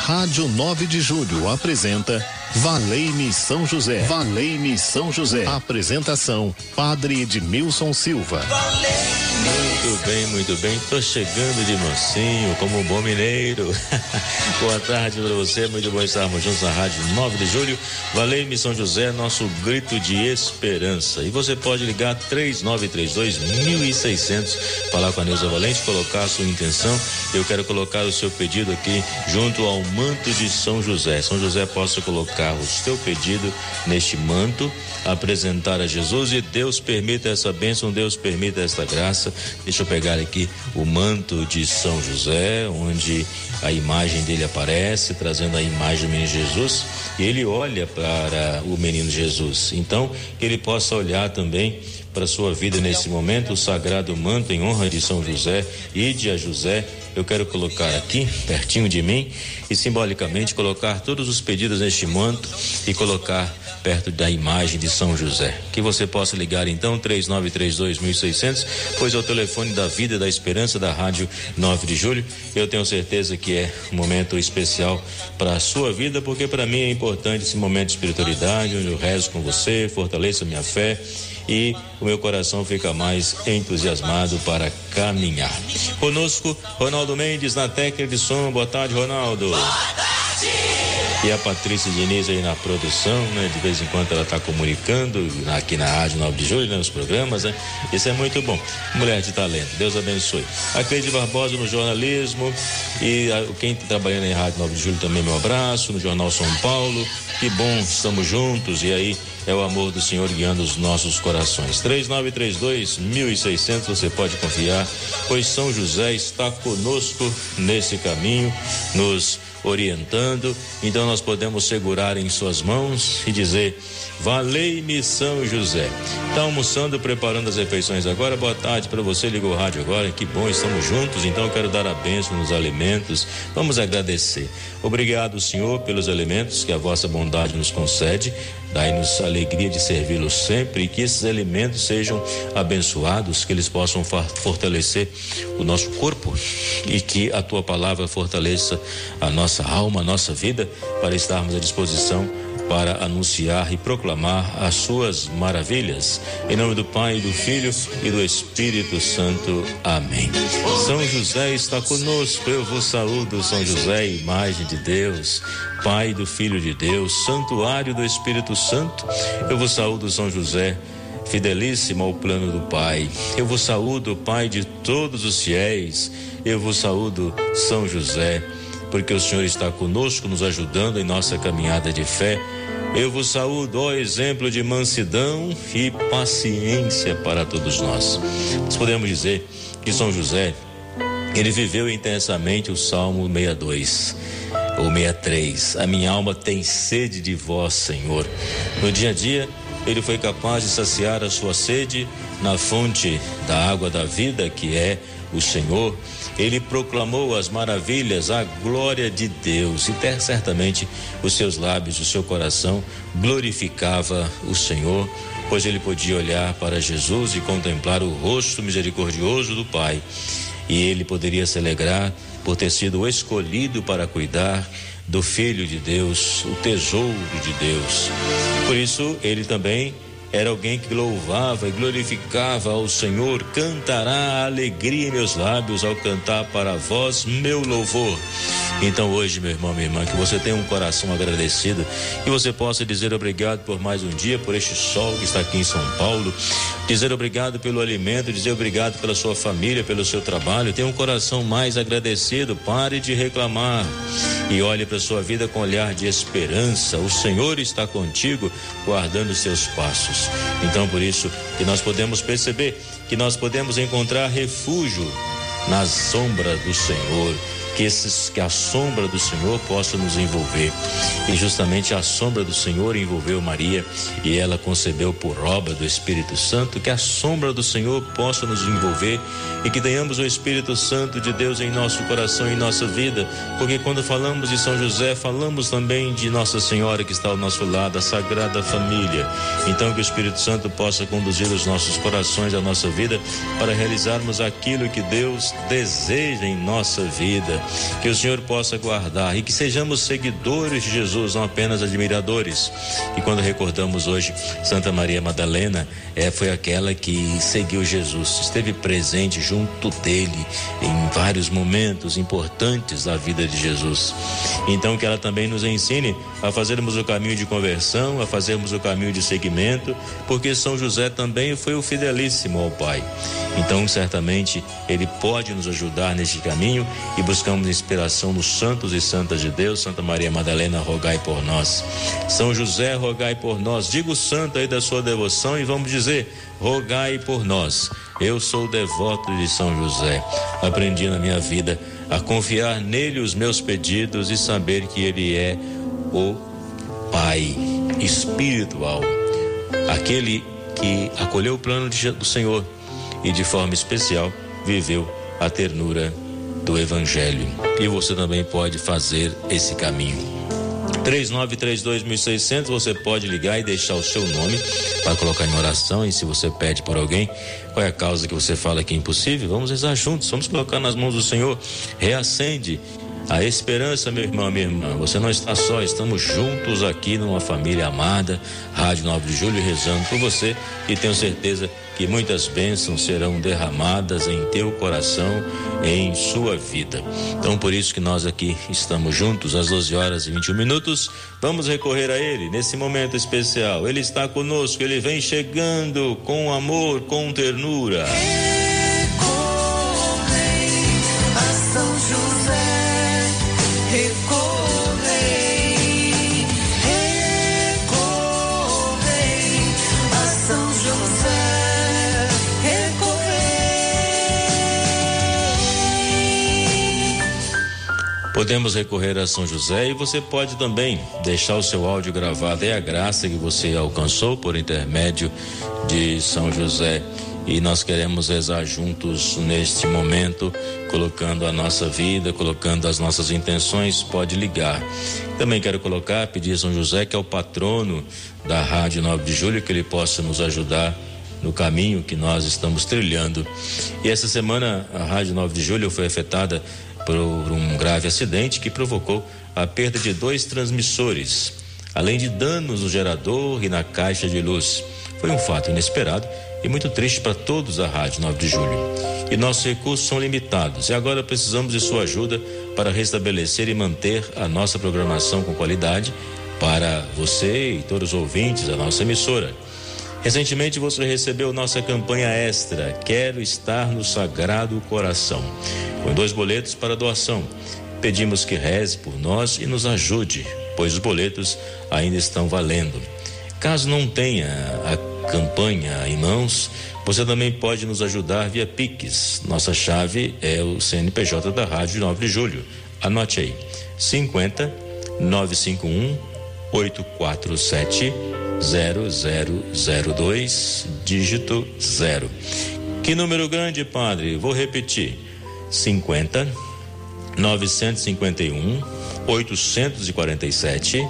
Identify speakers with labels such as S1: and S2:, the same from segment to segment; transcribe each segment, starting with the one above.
S1: Rádio 9 de Julho apresenta Valei-me São José. Valei-me São José. Apresentação: Padre Edmilson Silva.
S2: Muito bem. Tô chegando de mansinho, como um bom mineiro. Boa tarde para você, muito bom estarmos juntos na Rádio 9 de Julho. Valei-me São José, nosso grito de esperança. E você pode ligar 3932-1600, falar com a Neuza Valente, colocar a sua intenção. Eu quero colocar o seu pedido aqui junto ao manto de São José. São José possa colocar o seu pedido neste manto, apresentar a Jesus, e Deus permita essa bênção, Deus permita essa graça. Deixa eu pegar aqui o manto de São José, onde a imagem dele aparece, trazendo a imagem do menino Jesus, e ele olha para o menino Jesus. Então, que ele possa olhar também para a sua vida nesse momento, o sagrado manto em honra de São José e de a José. Eu quero colocar aqui, pertinho de mim, e simbolicamente colocar todos os pedidos neste manto e colocar perto da imagem de São José. Que você possa ligar então 3932-1600, pois é o telefone da vida e da esperança da Rádio 9 de Julho. Eu tenho certeza que é um momento especial para a sua vida, porque para mim é importante esse momento de espiritualidade, onde eu rezo com você, fortaleço a minha fé, e o meu coração fica mais entusiasmado para caminhar. Conosco, Ronaldo Mendes na técnica de som. Boa tarde, Ronaldo.
S3: Boa tarde.
S2: E a Patrícia Diniz aí na produção, né? De vez em quando ela está comunicando aqui na Rádio 9 de Julho, né? Nos programas, né? Isso é muito bom. Mulher de talento, Deus abençoe. A Cleide Barbosa no jornalismo, e quem está trabalhando em Rádio 9 de Julho também, meu abraço, no Jornal São Paulo. Que bom, estamos juntos, e aí é o amor do Senhor guiando os nossos corações. 3932-1600, você pode confiar, pois São José está conosco nesse caminho, nos orientando. Então nós podemos segurar em suas mãos e dizer: valei-me São José. Está almoçando, preparando as refeições agora? Boa tarde para você, ligou o rádio agora, que bom, estamos juntos. Então eu quero dar a bênção nos alimentos. Vamos agradecer. Obrigado, Senhor, pelos alimentos que a vossa bondade nos concede. Dai-nos a alegria de servi-los sempre, e que esses alimentos sejam abençoados, que eles possam fortalecer o nosso corpo, e que a tua palavra fortaleça a nossa alma, a nossa vida, para estarmos à disposição para anunciar e proclamar as suas maravilhas. Em nome do Pai, do Filho e do Espírito Santo. Amém. São José está conosco. Eu vos saúdo, São José, imagem de Deus, Pai do Filho de Deus, santuário do Espírito Santo. Eu vos saúdo, São José, fidelíssimo ao plano do Pai. Eu vos saúdo, Pai de todos os fiéis. Eu vos saúdo, São José, porque o Senhor está conosco, nos ajudando em nossa caminhada de fé. Eu vos saúdo, ó exemplo de mansidão e paciência para todos nós. Nós podemos dizer que São José, ele viveu intensamente o Salmo 62 ou 63. A minha alma tem sede de vós, Senhor. No dia a dia, ele foi capaz de saciar a sua sede na fonte da água da vida, que é o Senhor. Ele proclamou as maravilhas, a glória de Deus, e certamente os seus lábios, o seu coração glorificava o Senhor, pois ele podia olhar para Jesus e contemplar o rosto misericordioso do Pai, e ele poderia se alegrar por ter sido escolhido para cuidar do Filho de Deus, o tesouro de Deus. Por isso, ele também era alguém que louvava e glorificava ao Senhor. Cantará a alegria em meus lábios ao cantar para vós meu louvor. Então hoje, meu irmão, minha irmã, que você tenha um coração agradecido, que você possa dizer obrigado por mais um dia, por este sol que está aqui em São Paulo, dizer obrigado pelo alimento, dizer obrigado pela sua família, pelo seu trabalho. Tenha um coração mais agradecido. Pare de reclamar e olhe para a sua vida com olhar de esperança. O Senhor está contigo, guardando os seus passos. Então, por isso que nós podemos perceber que nós podemos encontrar refúgio na sombra do Senhor. Que a sombra do Senhor possa nos envolver. E justamente a sombra do Senhor envolveu Maria, e ela concebeu por obra do Espírito Santo. Que a sombra do Senhor possa nos envolver, e que tenhamos o Espírito Santo de Deus em nosso coração e em nossa vida, porque quando falamos de São José, falamos também de Nossa Senhora, que está ao nosso lado, a Sagrada Família. Então que o Espírito Santo possa conduzir os nossos corações, a nossa vida, para realizarmos aquilo que Deus deseja em nossa vida. Que o Senhor possa guardar e que sejamos seguidores de Jesus, não apenas admiradores. E quando recordamos hoje Santa Maria Madalena, foi aquela que seguiu Jesus, esteve presente junto dele em vários momentos importantes da vida de Jesus. Então que ela também nos ensine a fazermos o caminho de conversão, a fazermos o caminho de seguimento, porque São José também foi o fidelíssimo ao Pai. Então certamente ele pode nos ajudar neste caminho e buscamos inspiração nos santos e santas de Deus. Santa Maria Madalena, rogai por nós. São José, rogai por nós. Diga o santo aí da sua devoção e vamos dizer: rogai por nós. Eu sou devoto de São José. Aprendi na minha vida a confiar nele os meus pedidos e saber que ele é o Pai espiritual, aquele que acolheu o plano do Senhor e de forma especial viveu a ternura do Evangelho. E você também pode fazer esse caminho. 3932.600, você pode ligar e deixar o seu nome para colocar em oração. E se você pede por alguém, qual é a causa que você fala que é impossível, vamos rezar juntos, vamos colocar nas mãos do Senhor. Reacende a esperança, meu irmão, minha irmã. Você não está só, estamos juntos aqui numa família amada, Rádio 9 de Julho, rezando por você, e tenho certeza que muitas bênçãos serão derramadas em teu coração, em sua vida. Então, por isso que nós aqui estamos juntos às 12h21. Vamos recorrer a Ele nesse momento especial. Ele está conosco, Ele vem chegando com amor, com ternura.
S3: Recorrei a São José, recorrei a São José, recorrei.
S2: Podemos recorrer a São José, e você pode também deixar o seu áudio gravado. É a graça que você alcançou por intermédio de São José. E nós queremos rezar juntos neste momento, colocando a nossa vida, colocando as nossas intenções. Pode ligar. Também quero pedir a São José, que é o patrono da Rádio 9 de Julho, que ele possa nos ajudar no caminho que nós estamos trilhando. E essa semana a Rádio 9 de Julho foi afetada por um grave acidente que provocou a perda de 2 transmissores, além de danos no gerador e na caixa de luz. Foi um fato inesperado e muito triste para todos da Rádio 9 de Julho. E nossos recursos são limitados, e agora precisamos de sua ajuda para restabelecer e manter a nossa programação com qualidade para você e todos os ouvintes da nossa emissora. Recentemente você recebeu nossa campanha extra, Quero Estar no Sagrado Coração, com 2 boletos para doação. Pedimos que reze por nós e nos ajude, pois os boletos ainda estão valendo. Caso não tenha a campanha em mãos, você também pode nos ajudar via Pix. Nossa chave é o CNPJ da Rádio 9 de Julho. Anote aí: 50 951 847 0002, dígito 0. Que número grande, padre? Vou repetir: 50 951 847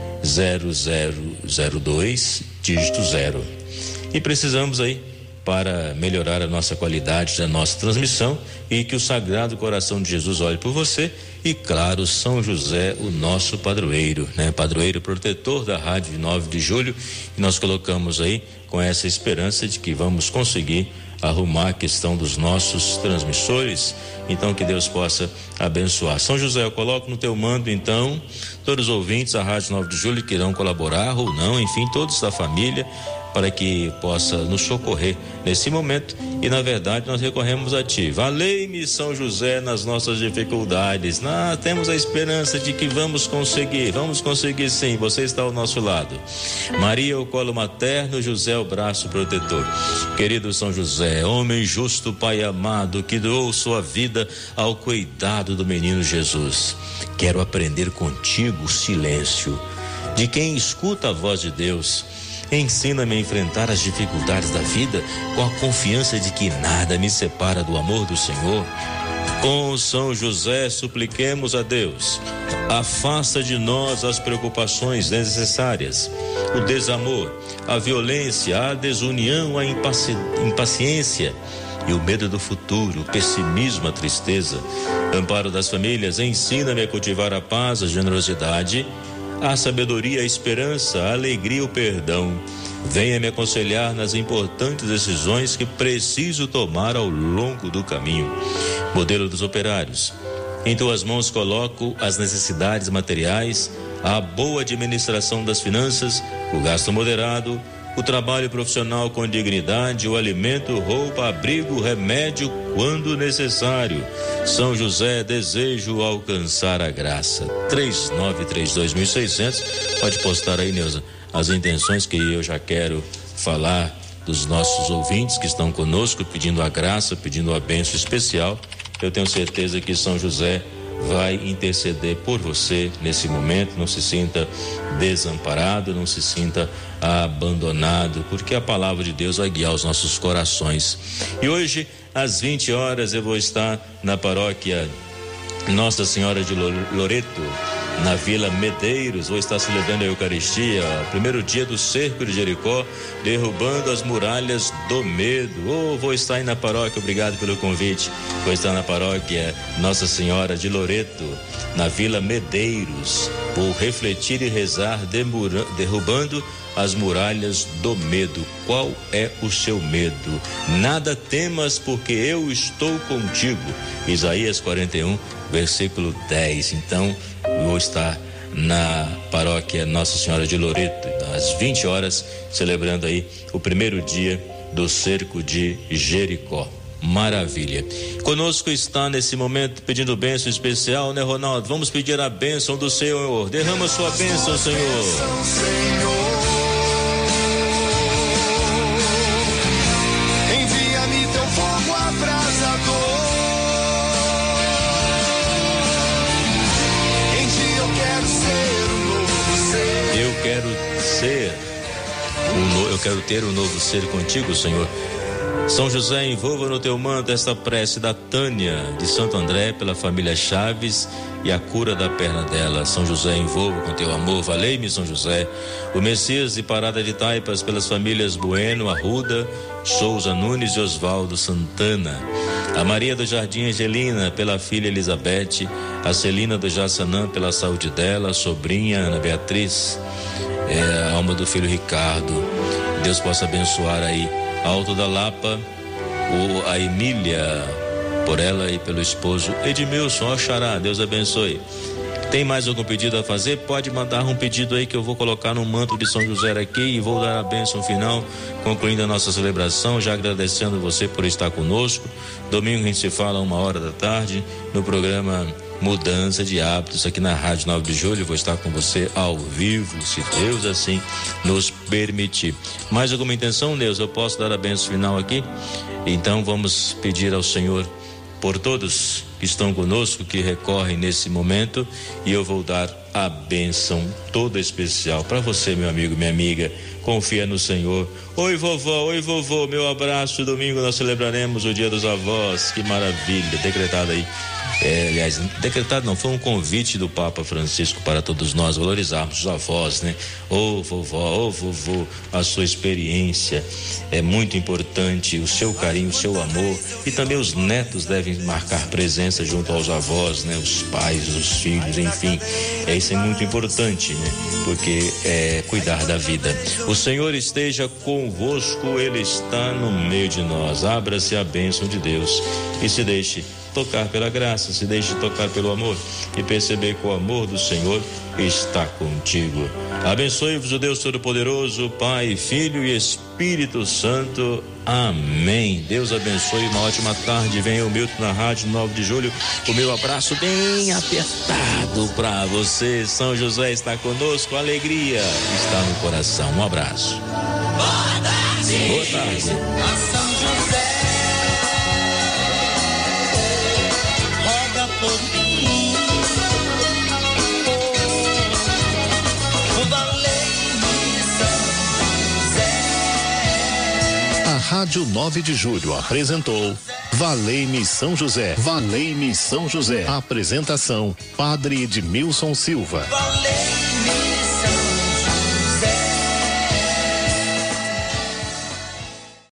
S2: 0002, dígito 0. E precisamos aí para melhorar a nossa qualidade da nossa transmissão, e que o Sagrado Coração de Jesus olhe por você, e claro, São José, o nosso padroeiro, né? Padroeiro protetor da Rádio 9 de Julho, e nós colocamos aí com essa esperança de que vamos conseguir arrumar a questão dos nossos transmissores. Então que Deus possa abençoar. São José, eu coloco no teu mando então todos os ouvintes da Rádio 9 de Julho que irão colaborar ou não, enfim, todos da família, para que possa nos socorrer nesse momento. E na verdade nós recorremos a ti. Valei-me, São José, nas nossas dificuldades. Temos a esperança de que vamos conseguir sim, você está ao nosso lado. Maria, o colo materno, José, o braço protetor. Querido São José, homem justo, Pai amado, que doou sua vida ao cuidado do menino Jesus, quero aprender contigo o silêncio de quem escuta a voz de Deus. Ensina-me a enfrentar as dificuldades da vida com a confiança de que nada me separa do amor do Senhor. Com São José supliquemos a Deus: afasta de nós as preocupações desnecessárias, o desamor, a violência, a desunião, a impaciência, e o medo do futuro, o pessimismo, a tristeza. Amparo das famílias, ensina-me a cultivar a paz, a generosidade, a sabedoria, a esperança, a alegria e o perdão. Venha me aconselhar nas importantes decisões que preciso tomar ao longo do caminho. Modelo dos operários. Em tuas mãos coloco as necessidades materiais, a boa administração das finanças, o gasto moderado, o trabalho profissional com dignidade, o alimento, roupa, abrigo, remédio quando necessário. São José, desejo alcançar a graça. 3932.600. Pode postar aí, Neuza, as intenções que eu já quero falar dos nossos ouvintes que estão conosco, pedindo a graça, pedindo a bênção especial. Eu tenho certeza que São José vai interceder por você nesse momento. Não se sinta desamparado, não se sinta abandonado, porque a palavra de Deus vai guiar os nossos corações. E hoje, às 20 horas, eu vou estar na paróquia Nossa Senhora de Loreto, na Vila Medeiros. Vou estar celebrando a Eucaristia, primeiro dia do cerco de Jericó, derrubando as muralhas do medo. Vou estar aí na paróquia, obrigado pelo convite. Vou estar na paróquia Nossa Senhora de Loreto, na Vila Medeiros. Vou refletir e rezar, derrubando as muralhas do medo. Qual é o seu medo? Nada temas, porque eu estou contigo. Isaías 41, versículo 10. Então, vou estar na paróquia Nossa Senhora de Loreto, às 20 horas, celebrando aí o primeiro dia do cerco de Jericó. Maravilha. Conosco está nesse momento pedindo bênção especial, né, Ronaldo? Vamos pedir a bênção do Senhor. Derrama sua bênção, Senhor.
S4: Envia-me teu fogo abrasador. Em ti eu quero ser um novo ser.
S2: Eu quero ter um novo ser contigo, Senhor. São José, envolva no teu manto esta prece da Tânia de Santo André pela família Chaves e a cura da perna dela. São José, envolva com teu amor, valei-me, São José. O Messias de Parada de Taipas pelas famílias Bueno, Arruda, Souza Nunes e Osvaldo Santana. A Maria do Jardim Angelina pela filha Elizabeth, a Celina do Jaçanã pela saúde dela, a sobrinha Ana Beatriz, a alma do filho Ricardo. Deus possa abençoar aí Alto da Lapa, a Emília, por ela e pelo esposo Edmilson, Xará, Deus abençoe. Tem mais algum pedido a fazer? Pode mandar um pedido aí que eu vou colocar no manto de São José aqui e vou dar a bênção final, concluindo a nossa celebração, já agradecendo você por estar conosco. Domingo a gente se fala 13h no programa Mudança de Hábitos aqui na Rádio 9 de Julho. Vou estar com você ao vivo, se Deus assim nos permitir. Mais alguma intenção, Deus? Eu posso dar a bênção final aqui? Então vamos pedir ao Senhor por todos que estão conosco, que recorrem nesse momento, e eu vou dar a bênção toda especial para você, meu amigo, minha amiga. Confia no Senhor. Oi vovó, meu abraço. Domingo nós celebraremos o Dia dos Avós. Que maravilha, decretado aí. Aliás, decretado não, foi um convite do Papa Francisco para todos nós valorizarmos os avós, né? Ô vovó, ô vovô, a sua experiência é muito importante, o seu carinho, o seu amor, e também os netos devem marcar presença junto aos avós, né? Os pais, os filhos, enfim, isso é muito importante, né? Porque é cuidar da vida. O Senhor esteja convosco, Ele está no meio de nós. Abra-se a bênção de Deus e se deixe tocar pela graça, se deixe tocar pelo amor e perceber que o amor do Senhor está contigo. Abençoe-vos o Deus Todo-Poderoso, Pai, Filho e Espírito Santo. Amém. Deus abençoe, uma ótima tarde. Venha o Milton na Rádio 9 de Julho. O meu abraço bem apertado para você. São José está conosco, alegria está no coração. Um abraço.
S3: Boa tarde.
S2: Boa tarde.
S3: São José. Por mim, valei-me São José.
S1: A Rádio 9 de Julho apresentou Valei-me São José. Valei-me São José. Apresentação: Padre Edmilson Silva.
S3: Valei-me